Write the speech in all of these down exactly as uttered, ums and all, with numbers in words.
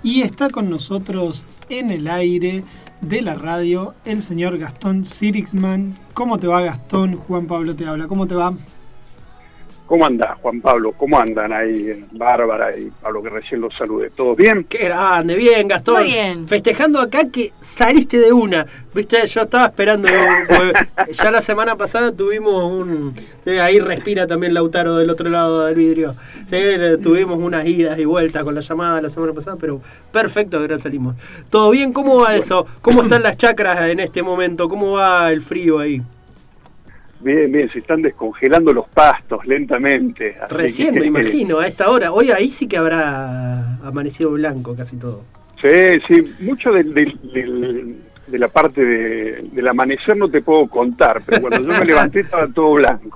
y está con nosotros en el aire de la radio el señor Gastón Sirixman. ¿Cómo te va, Gastón? Juan Pablo te habla. ¿Cómo te va? ¿Cómo andás, Juan Pablo? ¿Cómo andan ahí Bárbara y Pablo, que recién los saludé? ¿Todos bien? ¡Qué grande! Bien, Gastón. Muy bien. Festejando acá que saliste de una. Viste, yo estaba esperando. Ya la semana pasada tuvimos un... Ahí respira también Lautaro del otro lado del vidrio. Sí, tuvimos unas idas y vueltas con la llamada la semana pasada, pero perfecto, ahora salimos. ¿Todo bien? ¿Cómo va eso? ¿Cómo están las chacras en este momento? ¿Cómo va el frío ahí? Bien, bien, se están descongelando los pastos lentamente. Recién, me imagino, a esta hora. Hoy ahí sí que habrá amanecido blanco casi todo. Sí, sí, mucho del, del, del, de la parte de, del amanecer no te puedo contar, pero cuando yo me levanté estaba todo blanco.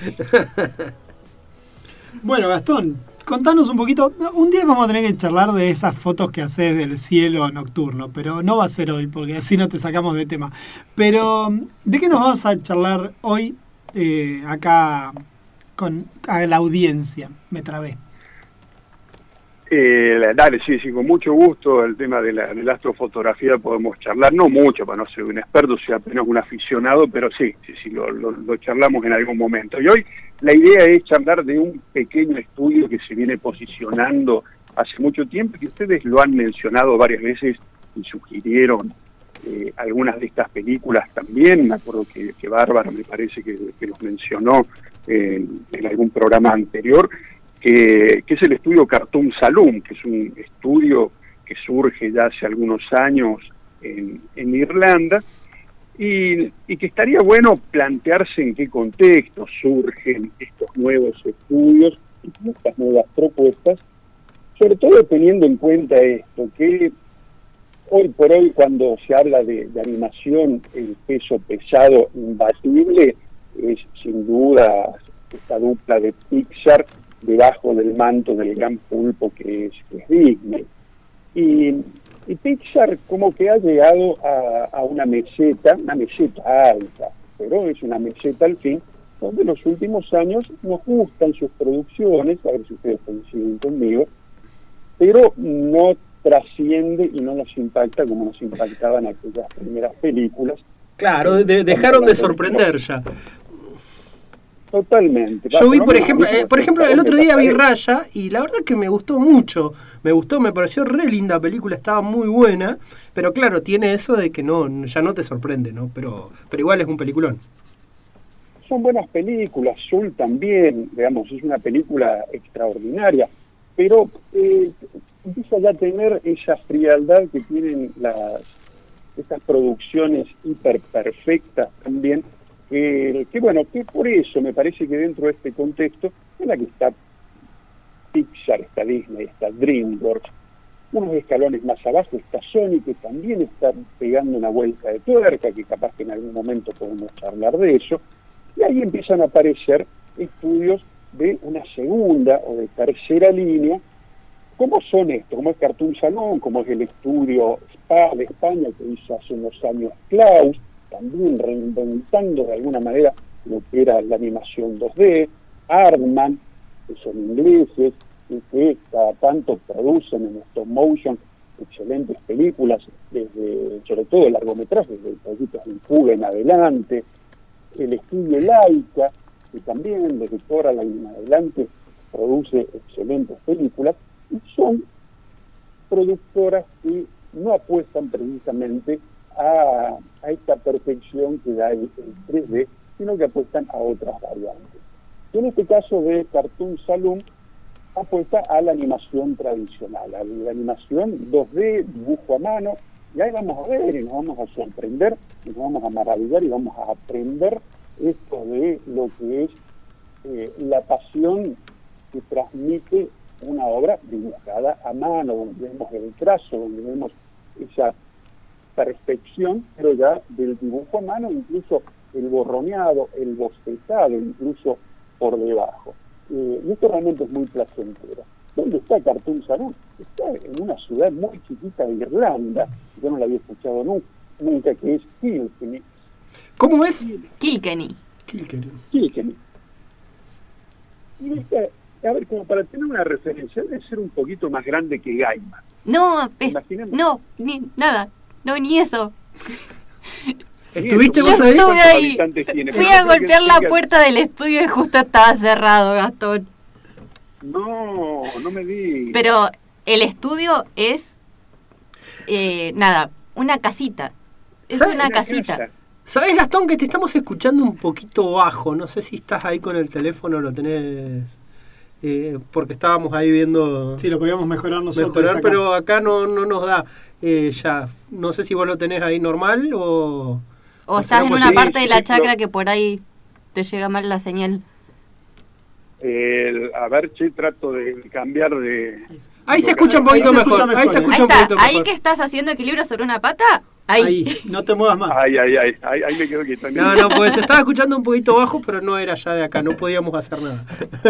Bueno, Gastón, contanos un poquito. Un día vamos a tener que charlar de esas fotos que haces del cielo nocturno, pero no va a ser hoy, porque así no te sacamos de tema. Pero, ¿de qué nos vas a charlar hoy eh, acá con a la audiencia? Me trabé. Eh, dale, sí, sí, con mucho gusto. El tema de la, de la astrofotografía podemos charlar, no mucho, para no ser un experto, soy apenas un aficionado, pero sí, sí, sí, lo, lo, lo charlamos en algún momento. Y hoy la idea es charlar de un pequeño estudio que se viene posicionando hace mucho tiempo, que ustedes lo han mencionado varias veces y sugirieron eh, algunas de estas películas también. Me acuerdo que, que Bárbara me parece que, que los mencionó eh, en algún programa anterior, que, que es el estudio Khartoum Saloon, que es un estudio que surge ya hace algunos años en, en Irlanda, y, y que estaría bueno plantearse en qué contexto surgen estos nuevos estudios y estas nuevas propuestas, sobre todo teniendo en cuenta esto, que hoy por hoy cuando se habla de, de animación, el peso pesado imbatible es sin duda esta dupla de Pixar debajo del manto del gran pulpo que es, que es Disney. Y, y Pixar como que ha llegado a, a una meseta, una meseta alta, pero es una meseta al fin, donde en los últimos años nos gustan sus producciones, a ver si ustedes coinciden conmigo, pero no trasciende y no nos impacta como nos impactaban aquellas primeras películas. Claro, de, dejaron de sorprender ya. Totalmente. Yo vi, por ejemplo, eh, por ejemplo, el otro día vi Raya y la verdad que me gustó mucho. Me gustó, me pareció re linda película, estaba muy buena, pero claro, tiene eso de que no, ya no te sorprende, ¿no? Pero, pero igual es un peliculón. Son buenas películas, Soul también, digamos, es una película extraordinaria, pero eh, empieza ya a tener esa frialdad que tienen las estas producciones hiper perfectas también. Eh, que bueno, que por eso me parece que dentro de este contexto en la que está Pixar, está Disney, está DreamWorks, unos escalones más abajo está Sony, que también está pegando una vuelta de tuerca, que capaz que en algún momento podemos charlar de eso, y ahí empiezan a aparecer estudios de una segunda o de tercera línea, como son estos, como es Khartoum Saloon, como es el estudio Spa de España que hizo hace unos años Klaus, también reinventando de alguna manera lo que era la animación dos D, Aardman, que son ingleses, y que cada tanto producen en stop motion excelentes películas, desde, sobre todo largometrajes, desde Pollitos en Fuga en adelante, el estudio Laika, que también desde Coraline en adelante produce excelentes películas, y son productoras que no apuestan precisamente A, a esta perfección que da el, el tres D, sino que apuestan a otras variantes. Y en este caso de Khartoum Saloon apuesta a la animación tradicional, a la animación dos D, dibujo a mano, y ahí vamos a ver y nos vamos a sorprender, y nos vamos a maravillar y vamos a aprender esto de lo que es eh, la pasión que transmite una obra dibujada a mano, donde vemos el trazo, donde vemos esa perfección, pero ya del dibujo a mano, incluso el borroneado, el bostezado, incluso por debajo. Eh, y esto realmente es muy placentero. ¿Dónde está Khartoum Saloon? Está en una ciudad muy chiquita de Irlanda, yo no la había escuchado nunca, nunca que es Kilkenny. ¿Cómo es? Kilkenny. Kilkenny. Kilkenny. Y esta, a ver, como para tener una referencia, debe ser un poquito más grande que Gaiman. No, es, Imaginemos. no, ni nada. No, ni eso. ¿Estuviste Yo vos ahí? estuve ¿Cuántos ahí. habitantes tiene? Fui Pero a no creo que golpear la tenga- puerta del estudio y justo estaba cerrado, Gastón. No, no me di. Pero el estudio es, eh, nada, una casita. Es ¿Sabes? una Una casita. casa. ¿Sabés, Gastón, que te estamos escuchando un poquito bajo? No sé si estás ahí con el teléfono, lo tenés... Eh, porque estábamos ahí viendo... Sí, lo podíamos mejorar nosotros. mejorar, acá. pero acá no, no nos da eh, ya. No sé si vos lo tenés ahí normal o... O o estás en será una sí, parte de la sí, chacra lo- que por ahí te llega mal la señal. El- a ver, che, trato de cambiar de... Ahí se escucha un Ahí poquito se mejor. escucha Ahí se mejor, escucha Ahí un está, poquito ahí mejor. que estás haciendo equilibrio sobre una pata, ahí. Ahí, no te muevas más. Ay, ay, ay, ay, ahí me quedo quieto. No, no, pues se estaba escuchando un poquito bajo, pero no era ya de acá, no podíamos hacer nada.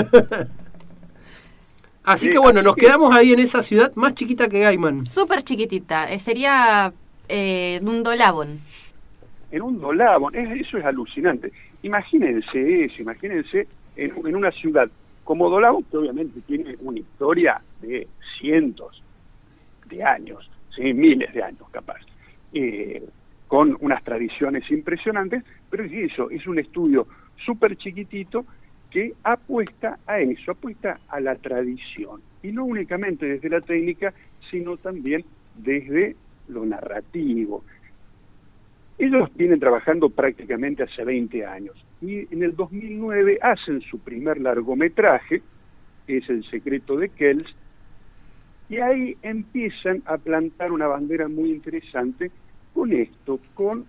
Así Sí, que bueno, así nos que- quedamos ahí en esa ciudad más chiquita que Gaiman. Súper chiquitita, eh, sería eh, un Dolabón. En un Dolabón, es- eso es alucinante. Imagínense eso, imagínense en, en una ciudad como Dolabón, que obviamente tiene una historia de cientos de años, ¿sí? Miles de años capaz, eh, con unas tradiciones impresionantes, pero es eso, es un estudio súper chiquitito que apuesta a eso, apuesta a la tradición, y no únicamente desde la técnica, sino también desde lo narrativo. Ellos vienen trabajando prácticamente hace veinte años, y en el dos mil nueve hacen su primer largometraje, que es El secreto de Kells, y ahí empiezan a plantar una bandera muy interesante con esto, con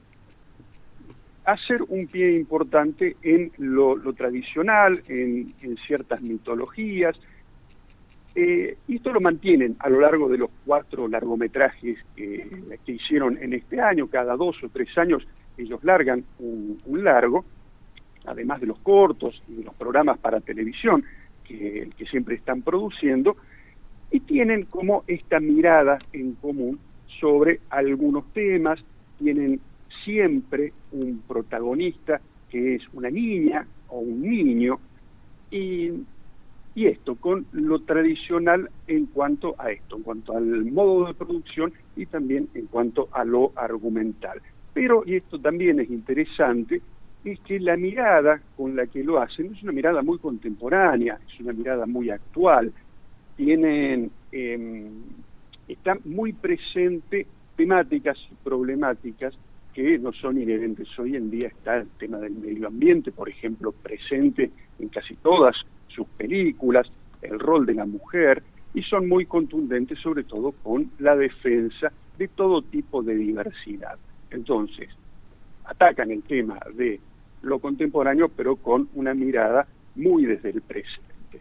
hacer un pie importante en lo, lo tradicional, en, en ciertas mitologías, eh, y esto lo mantienen a lo largo de los cuatro largometrajes que, que hicieron en este año. Cada dos o tres años ellos largan un, un largo, además de los cortos y los programas para televisión que, que siempre están produciendo, y tienen como esta mirada en común sobre algunos temas. Tienen siempre un protagonista que es una niña o un niño, y, y esto con lo tradicional en cuanto a esto, en cuanto al modo de producción y también en cuanto a lo argumental. Pero, y esto también es interesante, es que la mirada con la que lo hacen es una mirada muy contemporánea, es una mirada muy actual. Tienen, eh, está muy presente temáticas y problemáticas que no son inherentes hoy en día. Está el tema del medio ambiente, por ejemplo, presente en casi todas sus películas, el rol de la mujer, y son muy contundentes sobre todo con la defensa de todo tipo de diversidad. Entonces, atacan el tema de lo contemporáneo, pero con una mirada muy desde el presente.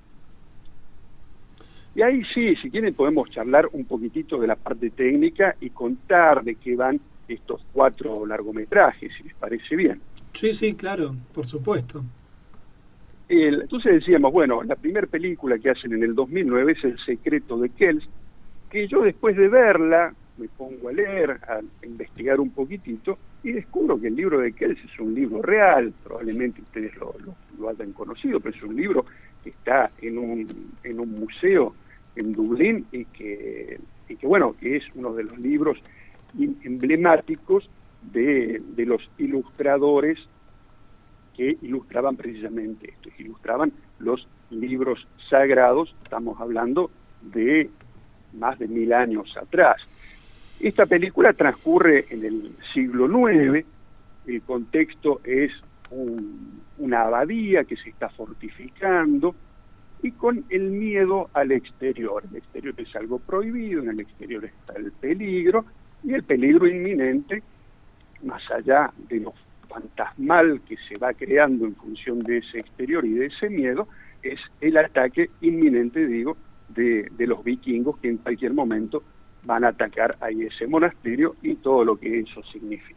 Y ahí sí, si quieren podemos charlar un poquitito de la parte técnica y contar de qué van estos cuatro largometrajes, si les parece bien. Sí, sí, claro, por supuesto. El, entonces decíamos, bueno, la primera película que hacen en el dos mil nueve es El secreto de Kells, que yo después de verla me pongo a leer, a investigar un poquitito, y descubro que el libro de Kells es un libro real. Probablemente ustedes lo, lo, lo hayan conocido, pero es un libro que está en un, en un museo en Dublín, y que, y que bueno, que es uno de los libros emblemáticos de, de los ilustradores que ilustraban precisamente esto, que ilustraban los libros sagrados. Estamos hablando de más de mil años atrás. Esta película transcurre en el siglo nueve, el contexto es un, una abadía que se está fortificando, y con el miedo al exterior. El exterior es algo prohibido, en el exterior está el peligro, y el peligro inminente, más allá de lo fantasmal que se va creando en función de ese exterior y de ese miedo, es el ataque inminente, digo, de, de los vikingos, que en cualquier momento van a atacar ahí ese monasterio y todo lo que eso significa.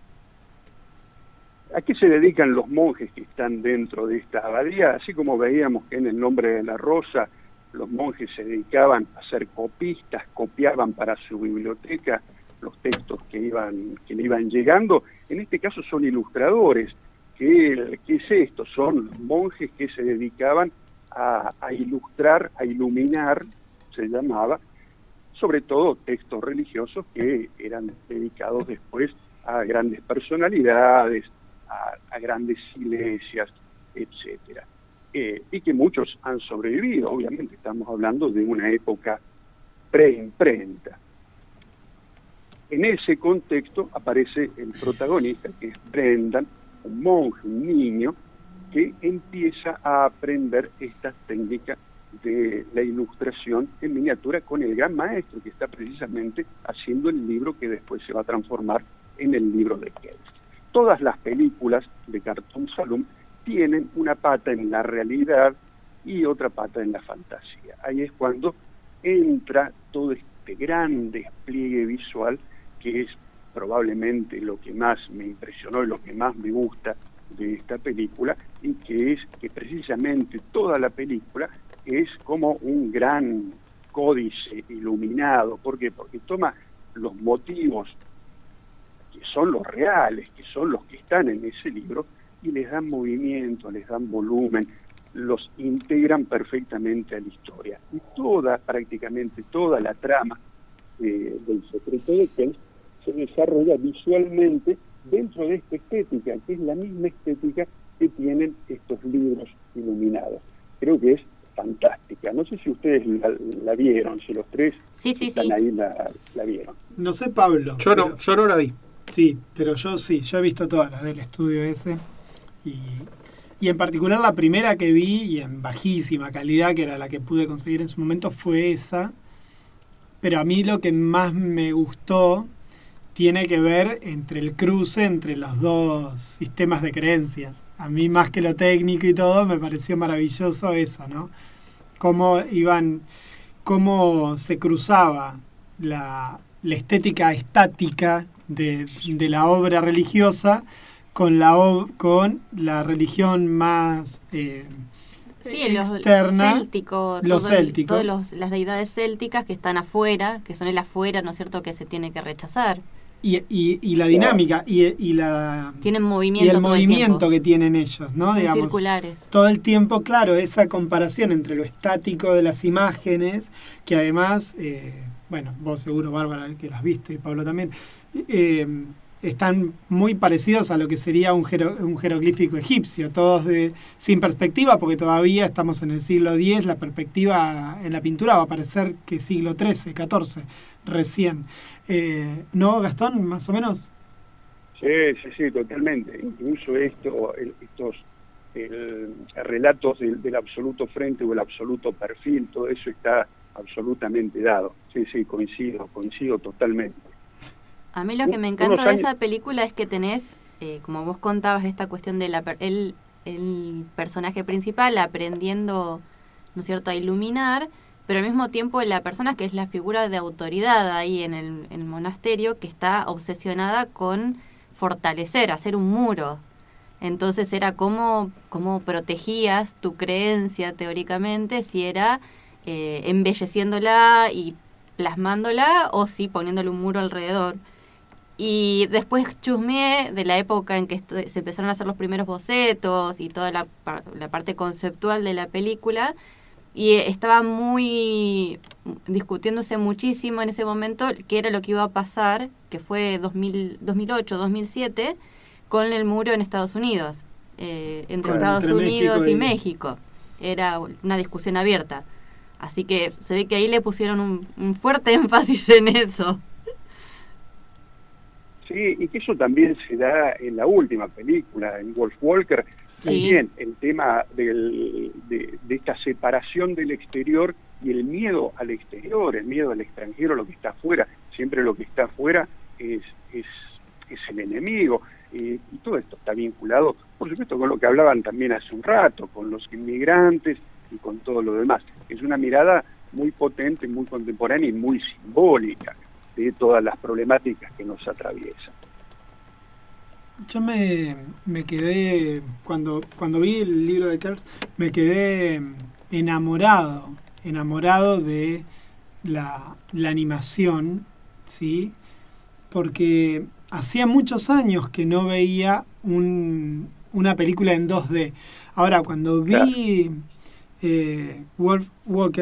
¿A qué se dedican los monjes que están dentro de esta abadía? Así como veíamos que en El nombre de la rosa los monjes se dedicaban a ser copistas, copiaban para su biblioteca los textos que iban que le iban llegando. En este caso son ilustradores. ¿Qué, qué es esto? Son monjes que se dedicaban a, a ilustrar, a iluminar, se llamaba, sobre todo textos religiosos que eran dedicados después a grandes personalidades, a, a grandes iglesias, etcétera. Eh, y que muchos han sobrevivido. Obviamente estamos hablando de una época preimprenta. En ese contexto aparece el protagonista, que es Brendan, un monje, un niño, que empieza a aprender estas técnicas de la ilustración en miniatura con el gran maestro que está precisamente haciendo el libro que después se va a transformar en el libro de Kells. Todas las películas de Cartoon Saloon tienen una pata en la realidad y otra pata en la fantasía. Ahí es cuando entra todo este gran despliegue visual que es probablemente lo que más me impresionó y lo que más me gusta de esta película, y que es que precisamente toda la película es como un gran códice iluminado. ¿Por qué? Porque toma los motivos que son los reales, que son los que están en ese libro, y les dan movimiento, les dan volumen, los integran perfectamente a la historia. Y toda, prácticamente toda la trama eh, del secreto de Kells se desarrolla visualmente dentro de esta estética, que es la misma estética que tienen estos libros iluminados. Creo que es fantástica. No sé si ustedes la, la vieron, si los tres sí, sí, están sí. ahí la, la vieron. No sé, Pablo. Yo no, pero, yo no la vi. Sí, pero yo sí, yo he visto todas las del estudio ese. Y, y en particular la primera que vi, y en bajísima calidad, que era la que pude conseguir en su momento, fue esa. Pero a mí lo que más me gustó tiene que ver entre el cruce entre los dos sistemas de creencias. A mí, más que lo técnico y todo, me pareció maravilloso eso, ¿no? Cómo iban, cómo se cruzaba la, la estética estática de, de la obra religiosa con la, con la religión más eh, Sí, externa, los célticos, los todo el- célticos. todos los- las deidades célticas que están afuera, que son el afuera, ¿no es cierto?, que se tiene que rechazar. Y, y, y la dinámica y, y la Tienen y movimiento el todo el movimiento tiempo. que tienen ellos, ¿no? Son Digamos, circulares. todo el tiempo, claro, esa comparación entre lo estático de las imágenes, que además, eh, bueno, vos seguro, Bárbara, que lo has visto, y Pablo también, eh, están muy parecidos a lo que sería un, jero- un jeroglífico egipcio, todos de, sin perspectiva, porque todavía estamos en el siglo diez, la perspectiva en la pintura va a parecer que siglo trece, catorce, recién. Eh, ¿No, Gastón, más o menos? Sí, sí, sí, totalmente. Incluso esto, el- estos el, relatos del, del absoluto frente o el absoluto perfil, todo eso está absolutamente dado. Sí, sí, coincido, coincido totalmente. A mí lo que me Unos encanta de años- esa película es que tenés, eh, como vos contabas, esta cuestión de la per- el, el personaje principal aprendiendo, ¿no es cierto?, a iluminar, pero al mismo tiempo la persona que es la figura de autoridad ahí en el, en el monasterio, que está obsesionada con fortalecer, hacer un muro. Entonces era cómo, cómo protegías tu creencia teóricamente, si era eh, embelleciéndola y plasmándola o si poniéndole un muro alrededor. Y después chusmeé de la época en que estu- se empezaron a hacer los primeros bocetos y toda la, par- la parte conceptual de la película, y eh, estaba muy discutiéndose muchísimo en ese momento qué era lo que iba a pasar, que fue dos mil, dos mil ocho, dos mil siete, con el muro en Estados Unidos, eh, entre Con- Estados entre Unidos México y y- México. Era una discusión abierta. Así que se ve que ahí le pusieron un, un fuerte énfasis en eso. Sí, y que eso también se da en la última película, en Wolf Walker, Sí. también el tema del, de, de esta separación del exterior y el miedo al exterior, el miedo al extranjero, lo que está afuera. Siempre lo que está afuera es, es, es el enemigo. Eh, y todo esto está vinculado, por supuesto, con lo que hablaban también hace un rato, con los inmigrantes y con todo lo demás. Es una mirada muy potente, muy contemporánea y muy simbólica de todas las problemáticas que nos atraviesan. Yo me, me quedé, cuando, cuando vi el libro de Kells, me quedé enamorado, enamorado de la, la animación, ¿sí? Porque hacía muchos años que no veía un, una película en dos D. Ahora, cuando vi eh, Wolf Walker,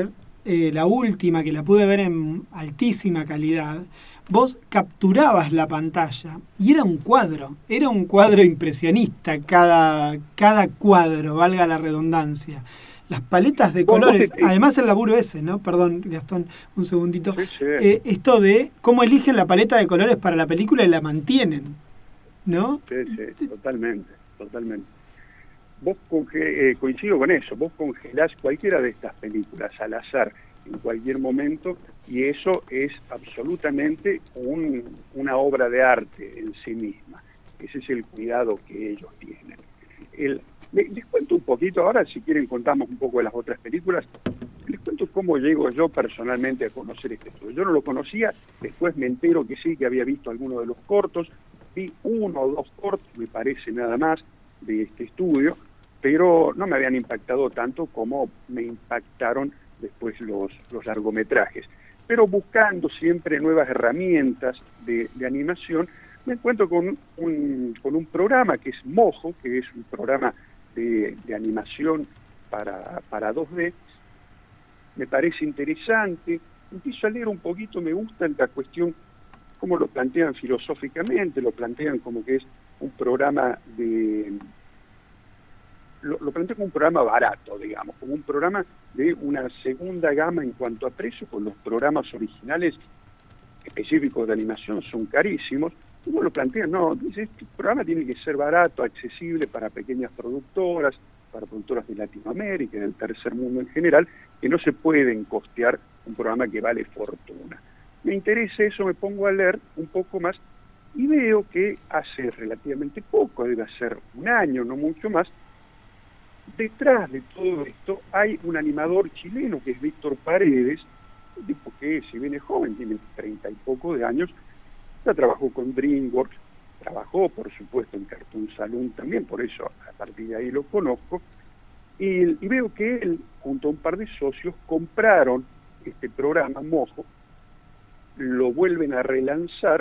eh, la última, que la pude ver en altísima calidad, vos capturabas la pantalla y era un cuadro, era un cuadro impresionista cada, cada cuadro, valga la redundancia. Las paletas de colores, además el laburo ese, ¿no? Perdón, Gastón, un segundito. Sí, sí. Eh, esto de cómo eligen la paleta de colores para la película y la mantienen, ¿no? Sí, sí, totalmente, totalmente. Vos conge- eh, coincido con eso, vos congelás cualquiera de estas películas al azar en cualquier momento y eso es absolutamente un, una obra de arte en sí misma. Ese es el cuidado que ellos tienen. El, les, les cuento un poquito, ahora si quieren contamos un poco de las otras películas, les cuento cómo llego yo personalmente a conocer este estudio. Yo no lo conocía, después me entero que sí, que había visto algunos de los cortos, vi uno o dos cortos, me parece nada más, de este estudio, pero no me habían impactado tanto como me impactaron después los, los largometrajes. Pero buscando siempre nuevas herramientas de, de animación, me encuentro con un, con un programa que es Mojo, que es un programa de, de animación para, para dos D. Me parece interesante, empiezo a leer un poquito, me gusta la cuestión, cómo lo plantean filosóficamente, lo plantean como que es un programa de... Lo, lo plantean como un programa barato, digamos, como un programa de una segunda gama en cuanto a precio, pues los programas originales específicos de animación son carísimos. ¿Cómo lo plantean? No, dice, este programa tiene que ser barato, accesible para pequeñas productoras, para productoras de Latinoamérica y del tercer mundo en general, que no se pueden costear un programa que vale fortuna. Me interesa eso, me pongo a leer un poco más y veo que hace relativamente poco, debe ser un año, no mucho más, detrás de todo esto hay un animador chileno que es Víctor Paredes, un tipo que si bien es joven, tiene treinta y poco de años, ya trabajó con DreamWorks, trabajó por supuesto en Cartoon Saloon también, por eso a partir de ahí lo conozco, y, y veo que él junto a un par de socios compraron este programa Mojo, lo vuelven a relanzar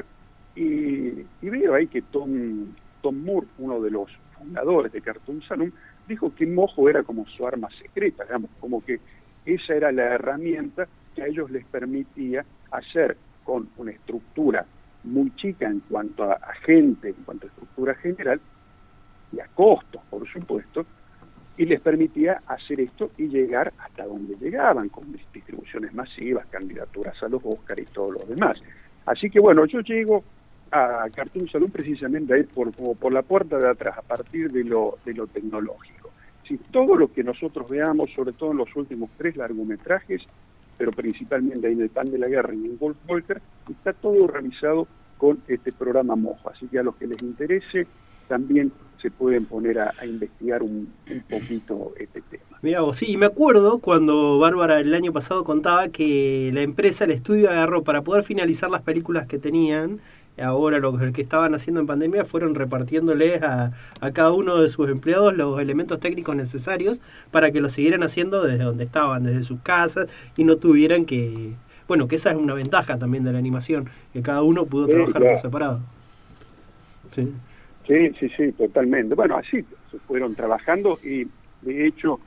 y, y veo ahí que Tom, Tom Moore, uno de los fundadores de Cartoon Saloon, dijo que Mojo era como su arma secreta, digamos, como que esa era la herramienta que a ellos les permitía hacer con una estructura muy chica en cuanto a, a gente, en cuanto a estructura general, y a costos, por supuesto, y les permitía hacer esto y llegar hasta donde llegaban, con distribuciones masivas, candidaturas a los Oscar y todo lo demás. Así que bueno, yo llego a Cartoon Saloon precisamente ahí por, como por la puerta de atrás, a partir de lo, de lo tecnológico. Si todo lo que nosotros veamos, sobre todo en los últimos tres largometrajes, pero principalmente ahí en El Pan de la Guerra y en Wolf Walker, está todo realizado con este programa Mojo. Así que a los que les interese, también se pueden poner a, a investigar un, un poquito este tema. Mirá vos, sí, y me acuerdo cuando Bárbara el año pasado contaba que la empresa, el estudio agarró para poder finalizar las películas que tenían, ahora lo que estaban haciendo en pandemia, fueron repartiéndoles a, a cada uno de sus empleados los elementos técnicos necesarios para que lo siguieran haciendo desde donde estaban, desde sus casas, y no tuvieran que... Bueno, que esa es una ventaja también de la animación, que cada uno pudo Sí, trabajar claro. por separado. Sí. Sí, sí, sí, totalmente. Bueno, así se fueron trabajando y de hecho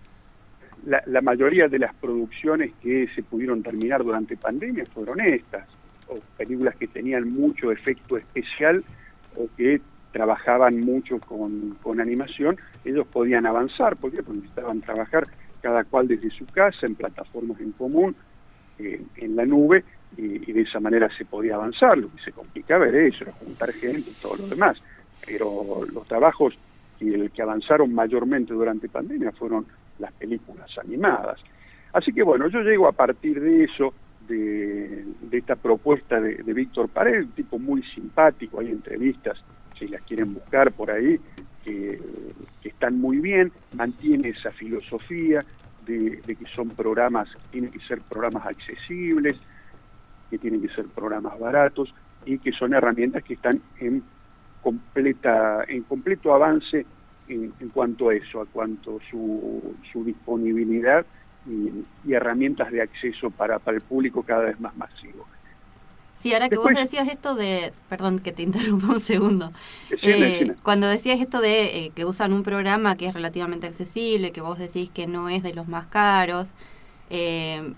la, la mayoría de las producciones que se pudieron terminar durante pandemia fueron estas, o películas que tenían mucho efecto especial o que trabajaban mucho con, con animación, ellos podían avanzar, ¿por qué? Porque necesitaban trabajar cada cual desde su casa, en plataformas en común, eh, en la nube, y, y de esa manera se podía avanzar. Lo que se complicaba era eso, era juntar gente y todo lo demás. Pero los trabajos que, el que avanzaron mayormente durante pandemia fueron las películas animadas. Así que bueno, yo llego a partir de eso, de, de esta propuesta de, de Víctor Paredes, un tipo muy simpático, hay entrevistas, si las quieren buscar por ahí, que, que están muy bien, mantiene esa filosofía de, de que son programas, tienen que ser programas accesibles, que tienen que ser programas baratos y que son herramientas que están en completa en completo avance en, en cuanto a eso, a cuanto su, su disponibilidad y, y herramientas de acceso para, para el público cada vez más masivo. Sí, ahora que Después, vos decías esto de... Perdón que te interrumpa un segundo. Decime, Eh, decime. cuando decías esto de eh, que usan un programa que es relativamente accesible, que vos decís que no es de los más caros, eh,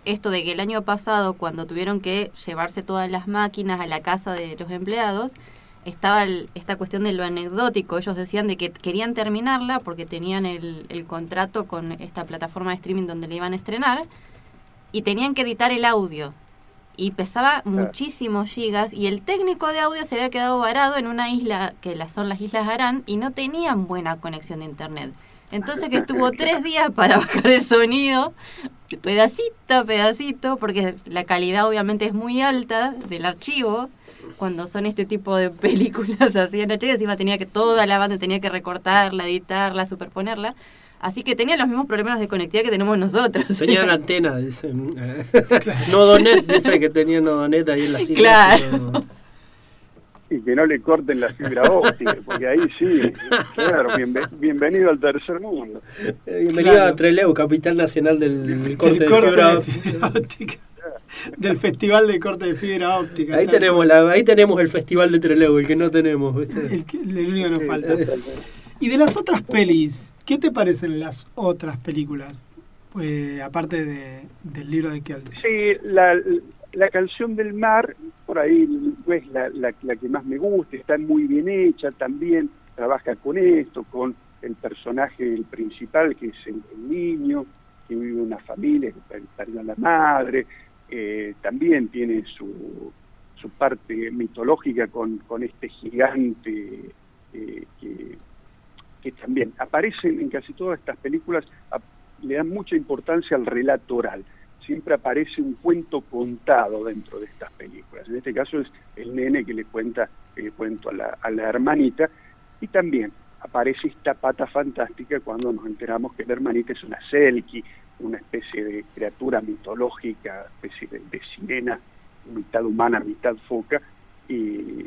esto de que el año pasado, cuando tuvieron que llevarse todas las máquinas a la casa de los empleados, estaba el, esta cuestión de lo anecdótico. Ellos decían de que querían terminarla porque tenían el, el contrato con esta plataforma de streaming donde le iban a estrenar y tenían que editar el audio. Y pesaba muchísimos gigas y el técnico de audio se había quedado varado en una isla que la, son las Islas Aran y no tenían buena conexión de internet. Entonces que estuvo tres días para bajar el sonido, pedacito a pedacito, porque la calidad obviamente es muy alta del archivo, cuando son este tipo de películas así en H D, encima tenía que, toda la banda tenía que recortarla, editarla, superponerla. Así que tenía los mismos problemas de conectividad que tenemos nosotros. Tenía la antena, dice. Nodonet, dice que tenía Nodonet ahí en la islas. Claro. Pero... Y que no le corten la fibra óptica, porque ahí sí, claro, bienve- bienvenido al tercer mundo. Bienvenido Claro. a Trelew, capital nacional del, del corte, El corte de fibra de óptica. fibra óptica. Del festival de corte de fibra óptica. Ahí tal tenemos, la, ahí tenemos el festival de Trelew, el que no tenemos, ¿viste? El, que- el único que nos Sí, falta. totalmente. Y de las otras pelis, ¿qué te parecen las otras películas? Eh, aparte de, del libro de Kelsey. Sí, la, la canción del mar, por ahí es la, la, la que más me gusta, está muy bien hecha, también trabaja con esto, con el personaje el principal, que es el, el niño, que vive en una familia, que perdió a la madre, eh, también tiene su, su parte mitológica con, con este gigante eh, que, que también aparece en casi todas estas películas, a, le dan mucha importancia al relato oral. Siempre aparece un cuento contado dentro de estas películas. En este caso es el nene que le cuenta el cuento a la, a la hermanita, y también aparece esta pata fantástica cuando nos enteramos que la hermanita es una selkie, una especie de criatura mitológica, especie de, de sirena, mitad humana, mitad foca, y,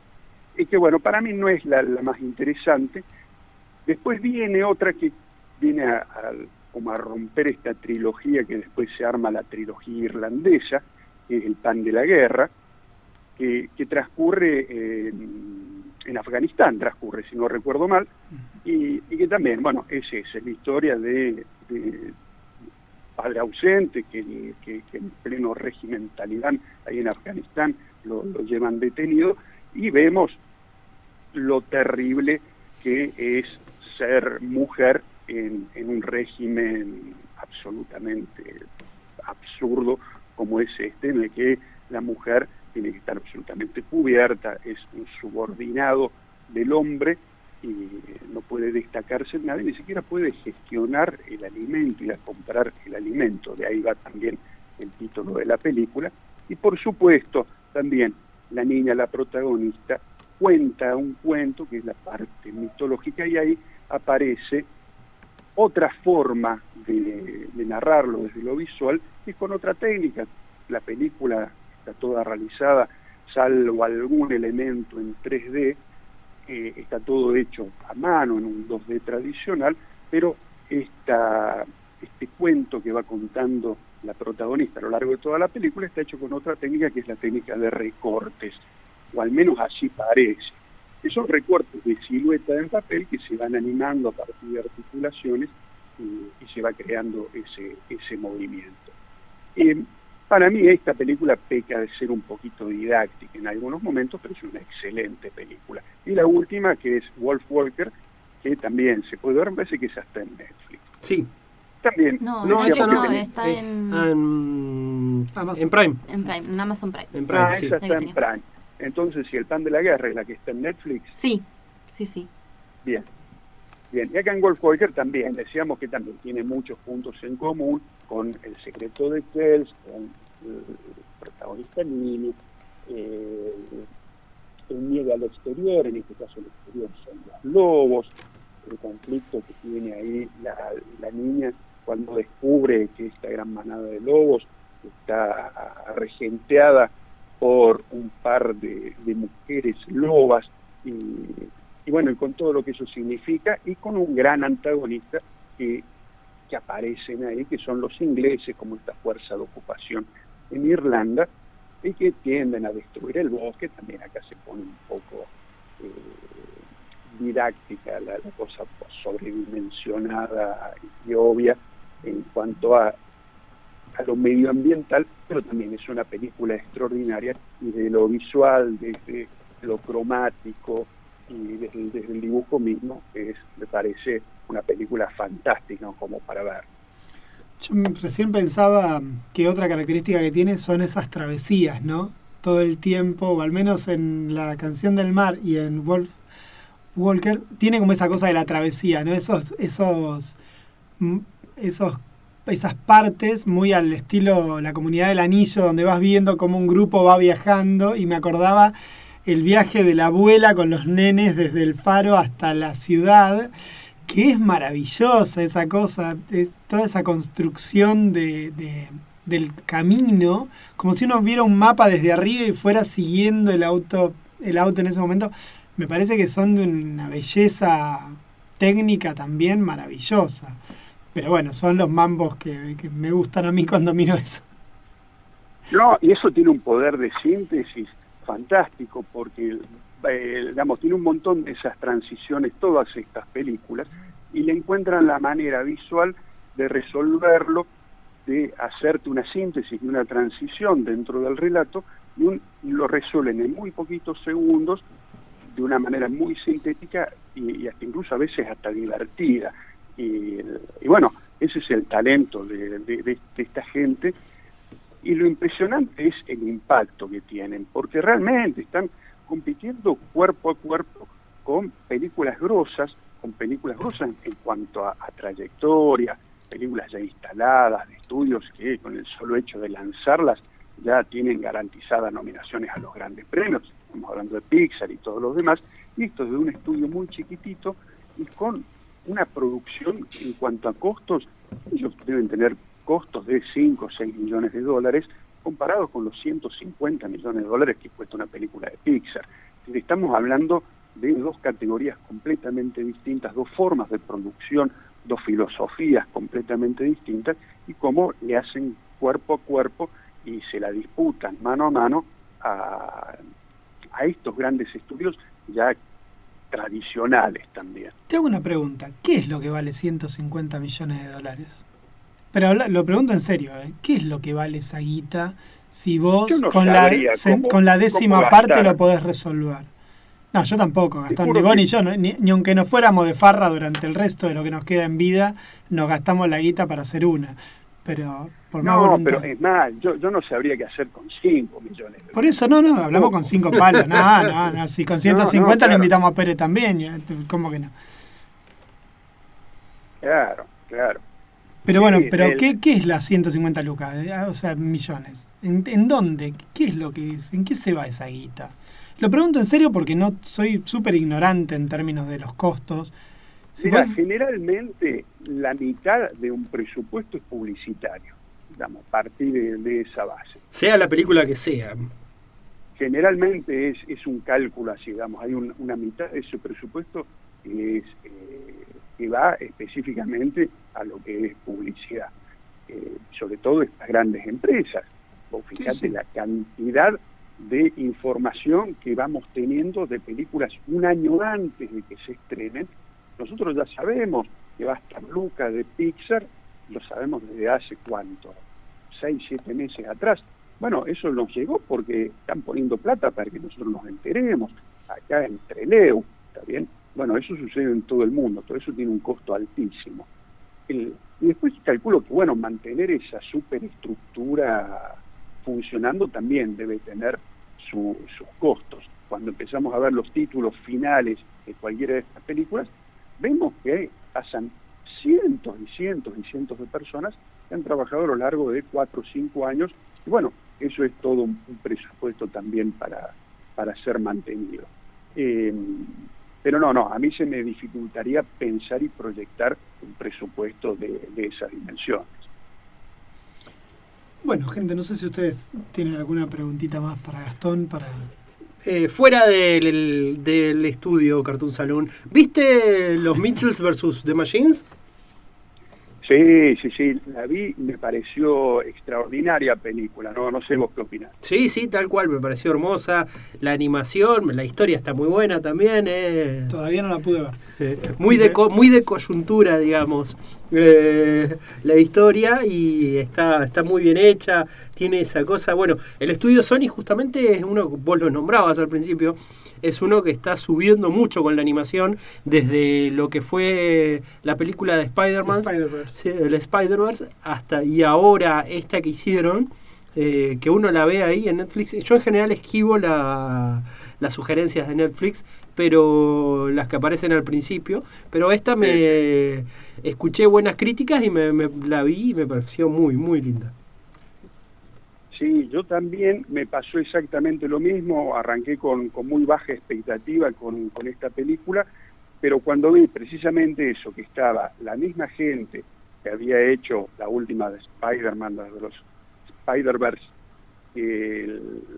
y que bueno, para mí no es la, la más interesante. Después viene otra que viene a, a como a romper esta trilogía que después se arma la trilogía irlandesa, que es El pan de la guerra, que, que transcurre en, en Afganistán, transcurre, si no recuerdo mal, y, y que también, bueno, es esa, es la historia de, de padre ausente, que, que, que en pleno régimen talibán, ahí en Afganistán, lo, lo llevan detenido, y vemos lo terrible que es ser mujer en, en un régimen absolutamente absurdo como es este, en el que la mujer tiene que estar absolutamente cubierta, es un subordinado del hombre y no puede destacarse en nada, ni siquiera puede gestionar el alimento, ir a comprar el alimento. De ahí va también el título de la película. Y por supuesto, también la niña, la protagonista, cuenta un cuento que es la parte mitológica, y ahí aparece otra forma de, de narrarlo desde lo visual, y con otra técnica. La película está toda realizada, salvo algún elemento en tres D, eh, está todo hecho a mano en un dos D tradicional, pero esta, este cuento que va contando la protagonista a lo largo de toda la película está hecho con otra técnica, que es la técnica de recortes, o al menos así parece. Que son recortes de silueta en papel que se van animando a partir de articulaciones y, y se va creando ese, ese movimiento. Eh, para mí esta película peca de ser un poquito didáctica en algunos momentos, pero es una excelente película. Y la última, que es Wolf Walker, que también se puede ver, me parece que es hasta en Netflix. Sí. También. No, No, Netflix esa no. no, está Eh, en, ah, en, Amazon. en Prime. en Prime, en Amazon Prime. En Prime, Ah, sí. esa La que está en teníamos. Prime. Entonces, si El pan de la guerra es la que está en Netflix, Sí, sí, sí. bien. Bien, y acá en Wolf Walker también, decíamos que también tiene muchos puntos en común con El secreto de Kells, con el protagonista niño, eh, el miedo al exterior, en este caso el exterior son los lobos, el conflicto que tiene ahí la, la niña cuando descubre que esta gran manada de lobos está regenteada por un par de, de mujeres lobas, y, y bueno, y con todo lo que eso significa, y con un gran antagonista que, que aparecen ahí, que son los ingleses, como esta fuerza de ocupación en Irlanda, y que tienden a destruir el bosque. También acá se pone un poco eh, didáctica la, la cosa sobredimensionada y obvia en cuanto a, a lo medioambiental, pero también es una película extraordinaria y de lo visual, desde lo cromático y desde, desde el dibujo mismo, es, me parece una película fantástica como para ver. Yo recién pensaba que otra característica que tiene son esas travesías, ¿no? Todo el tiempo, o al menos en La canción del mar y en Wolf Walker, tiene como esa cosa de la travesía, ¿no? Esos, esos, esos, esas partes muy al estilo La comunidad del anillo, donde vas viendo cómo un grupo va viajando, y me acordaba el viaje de la abuela con los nenes desde el faro hasta la ciudad, que es maravillosa esa cosa, es toda esa construcción de, de, del camino, como si uno viera un mapa desde arriba y fuera siguiendo el auto, el auto en ese momento. Me parece que son de una belleza técnica también maravillosa. Pero bueno, son los mambos que, que me gustan a mí cuando miro eso. No, y eso tiene un poder de síntesis fantástico, porque eh, digamos, tiene un montón de esas transiciones, todas estas películas, y le encuentran la manera visual de resolverlo, de hacerte una síntesis y una transición dentro del relato, y, un, y lo resuelven en muy poquitos segundos, de una manera muy sintética y, y hasta incluso a veces hasta divertida. Y, y bueno, ese es el talento de, de, de, de esta gente, y lo impresionante es el impacto que tienen, porque realmente están compitiendo cuerpo a cuerpo con películas grosas, con películas grosas en cuanto a, a trayectoria, películas ya instaladas, de estudios que con el solo hecho de lanzarlas ya tienen garantizadas nominaciones a los grandes premios. Estamos hablando de Pixar y todos los demás, y esto es de un estudio muy chiquitito y con una producción en cuanto a costos. Ellos deben tener costos de cinco o seis millones de dólares comparados con los ciento cincuenta millones de dólares que cuesta una película de Pixar. Estamos hablando de dos categorías completamente distintas, dos formas de producción, dos filosofías completamente distintas, y cómo le hacen cuerpo a cuerpo y se la disputan mano a mano a, a estos grandes estudios ya tradicionales también. Te hago una pregunta, ¿qué es lo que vale ciento cincuenta millones de dólares? Pero habla, lo pregunto en serio, ¿eh? ¿Qué es lo que vale esa guita si vos no con, la, cómo, con la décima parte lo podés resolver? No, yo tampoco, Gastón, ni vos ni yo, ¿no? ni, ni aunque nos fuéramos de farra durante el resto de lo que nos queda en vida, nos gastamos la guita para hacer una. Pero por más no, voluntad. pero es más, yo, yo no sabría qué hacer con cinco millones. De por eso, no, no, hablamos con cinco palos. No, no, no, si con ciento cincuenta no, no, claro. Lo invitamos a Pérez también, ya, ¿cómo que no? Claro, claro. Pero bueno, sí, pero el... ¿qué, ¿qué es las ciento cincuenta lucas? O sea, millones. ¿En, ¿En dónde? ¿Qué es lo que es? ¿En qué se va esa guita? Lo pregunto en serio porque no soy súper ignorante en términos de los costos. Si Mira, vas... generalmente la mitad de un presupuesto es publicitario, digamos, a partir de, de esa base. Sea la película que sea. Generalmente es, es un cálculo así, digamos, hay un, una mitad de ese presupuesto que, es, eh, que va específicamente a lo que es publicidad. Eh, sobre todo estas grandes empresas. Vos fijate sí, sí. la cantidad de información que vamos teniendo de películas un año antes de que se estrenen. Nosotros ya sabemos que va a estar Luca de Pixar, lo sabemos desde hace cuánto, seis, siete meses atrás. Bueno, eso nos llegó porque están poniendo plata para que nosotros nos enteremos, acá en Trelew, ¿está bien? Bueno, eso sucede en todo el mundo, todo eso tiene un costo altísimo. El, y después calculo que, bueno, mantener esa superestructura funcionando también debe tener su, sus costos. Cuando empezamos a ver los títulos finales de cualquiera de estas películas, vemos que pasan cientos y cientos y cientos de personas que han trabajado a lo largo de cuatro o cinco años, y bueno, eso es todo un, un presupuesto también para, para ser mantenido. Eh, pero no, no, a mí se me dificultaría pensar y proyectar un presupuesto de, de esas dimensiones. Bueno, gente, no sé si ustedes tienen alguna preguntita más para Gastón, para... Eh, fuera del, del estudio Cartoon Saloon, ¿viste los Mitchells versus The Machines? Sí, sí, sí, la vi, me pareció extraordinaria película, no, no sé vos qué opinás. Sí, sí, tal cual, me pareció hermosa, la animación, la historia está muy buena también. Eh. Todavía no la pude ver. Eh, muy, de, muy de coyuntura, digamos. eh, la historia y está, está muy bien hecha, tiene esa cosa. Bueno, el estudio Sony justamente es uno, vos lo nombrabas al principio, es uno que está subiendo mucho con la animación desde lo que fue la película de Spider-Man, Spider-Verse. sí, el Spider-Verse, hasta y ahora esta que hicieron, eh, que uno la ve ahí en Netflix. Yo en general esquivo la, las sugerencias de Netflix, pero las que aparecen al principio, pero esta me escuché buenas críticas y me, me la vi y me pareció muy, muy linda. Sí, yo también me pasó exactamente lo mismo, arranqué con, con muy baja expectativa con, con esta película, pero cuando vi precisamente eso, que estaba la misma gente que había hecho la última de Spider-Man, de los Spider-Verse, eh,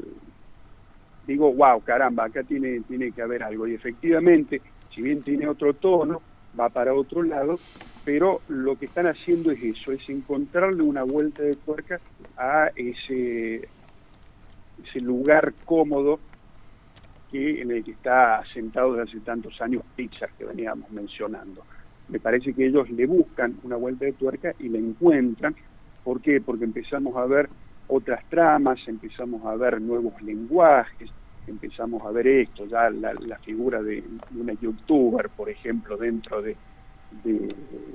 digo, wow, caramba, acá tiene, tiene que haber algo, y efectivamente, si bien tiene otro tono, va para otro lado, pero lo que están haciendo es eso, es encontrarle una vuelta de tuerca a ese, ese lugar cómodo que en el que está asentado desde hace tantos años Pixar, que veníamos mencionando. Me parece que ellos le buscan una vuelta de tuerca y la encuentran. ¿Por qué? Porque empezamos a ver otras tramas, empezamos a ver nuevos lenguajes, empezamos a ver esto, ya la, la figura de una youtuber, por ejemplo, dentro de, de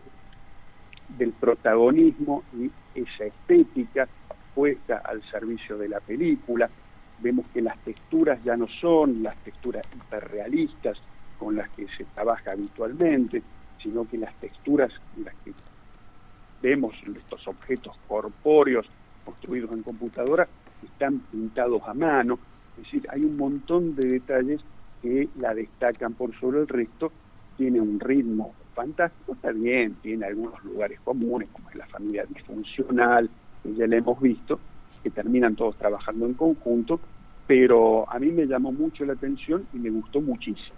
del protagonismo y esa estética puesta al servicio de la película. Vemos que las texturas ya no son las texturas hiperrealistas con las que se trabaja habitualmente, sino que las texturas en las que vemos estos objetos corpóreos construidos en computadora están pintados a mano. Es decir, hay un montón de detalles que la destacan por sobre el resto. Tiene un ritmo fantástico, está bien, tiene algunos lugares comunes, como es la familia disfuncional, que ya la hemos visto, que terminan todos trabajando en conjunto, pero a mí me llamó mucho la atención y me gustó muchísimo.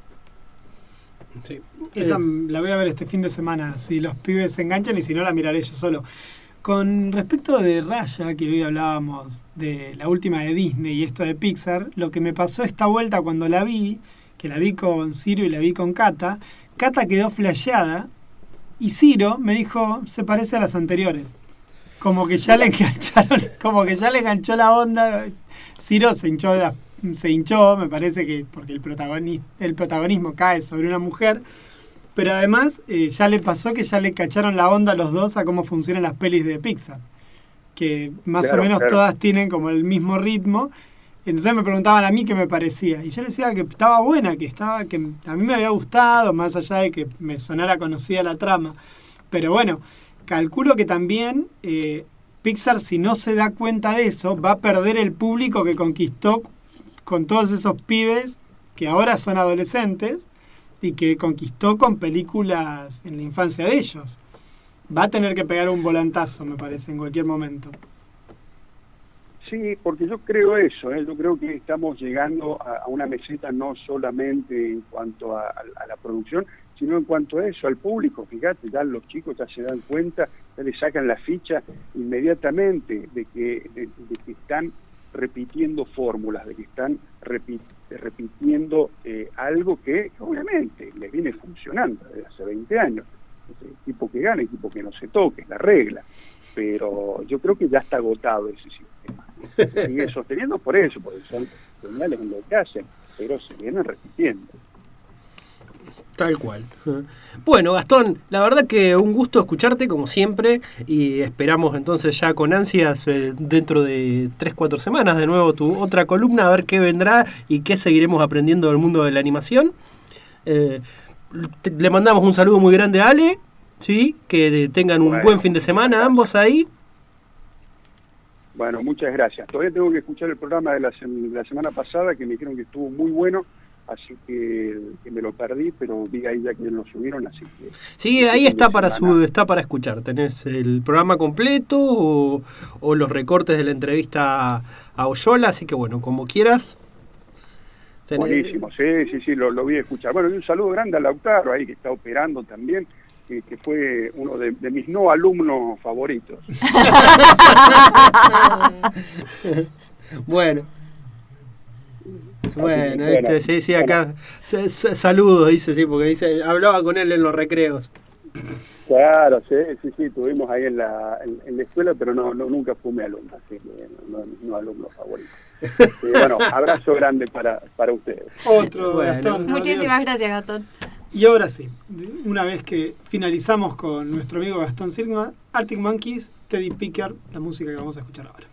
Sí. Esa eh. la voy a ver este fin de semana, si los pibes se enganchan, y si no la miraré yo solo. Con respecto de Raya, que hoy hablábamos de la última de Disney y esto de Pixar, lo que me pasó esta vuelta cuando la vi, que la vi con Ciro y la vi con Cata, Cata quedó flasheada y Ciro me dijo, se parece a las anteriores. Como que ya le engancharon, como que ya le enganchó la onda. Ciro se hinchó, la, se hinchó, me parece que porque el, protagoni, el protagonismo cae sobre una mujer, pero además eh, ya le pasó que ya le cacharon la onda a los dos a cómo funcionan las pelis de Pixar, que más claro, o menos claro. Todas tienen como el mismo ritmo. Entonces me preguntaban a mí qué me parecía, y yo les decía que estaba buena, que estaba que a mí me había gustado, más allá de que me sonara conocida la trama. Pero bueno, calculo que también eh, Pixar, si no se da cuenta de eso, va a perder el público que conquistó con todos esos pibes que ahora son adolescentes y que conquistó con películas en la infancia de ellos. Va a tener que pegar un volantazo, me parece, en cualquier momento. Sí, porque yo creo eso, ¿eh? Yo creo que estamos llegando a, a una meseta no solamente en cuanto a, a, a la producción, sino en cuanto a eso, al público. Fíjate, ya los chicos ya se dan cuenta, ya le sacan la ficha inmediatamente de que, de, de que están repitiendo fórmulas, de que están repi, repitiendo eh, algo que obviamente les viene funcionando desde hace veinte años. El equipo que gana, el equipo que no se toque, es la regla. Pero yo creo que ya está agotado ese sistema. Se sigue sosteniendo por eso, porque son geniales en lo que hacen, pero se vienen repitiendo. Tal cual. Bueno, Gastón, la verdad que un gusto escucharte como siempre, y esperamos entonces ya con ansias eh, dentro de tres, cuatro semanas de nuevo tu otra columna, a ver qué vendrá y qué seguiremos aprendiendo del mundo de la animación. Eh, te, le mandamos un saludo muy grande a Ale, ¿sí? Que tengan un bueno, buen fin de semana ambos ahí. Bueno, muchas gracias. Todavía tengo que escuchar el programa de la, de la semana pasada, que me dijeron que estuvo muy bueno, así que, que me lo perdí, pero vi ahí ya que lo subieron, así que... Sí, ahí está para su, está para escuchar. Tenés el programa completo o, o los recortes de la entrevista a, a Oyola, así que bueno, como quieras. Tenés... Buenísimo, sí, sí, sí, lo, lo vi a escuchar. Bueno, y un saludo grande a Lautaro ahí, que está operando también, que, que fue uno de, de mis no alumnos favoritos. Bueno. Bueno, este, sí, sí, acá bueno. Saludos, dice, sí, porque dice, hablaba con él en los recreos. Claro, sí, sí, sí, tuvimos ahí en la, en, en la escuela, pero no, no nunca fui mi alumno, así que no, no, no alumno favorito. Eh, bueno, abrazo grande para, para ustedes. Otro, Bueno. Gastón. Muchísimas adiós. gracias, Gastón. Y ahora sí, una vez que finalizamos con nuestro amigo Gastón Sirkman, Arctic Monkeys, Teddy Picker, la música que vamos a escuchar ahora.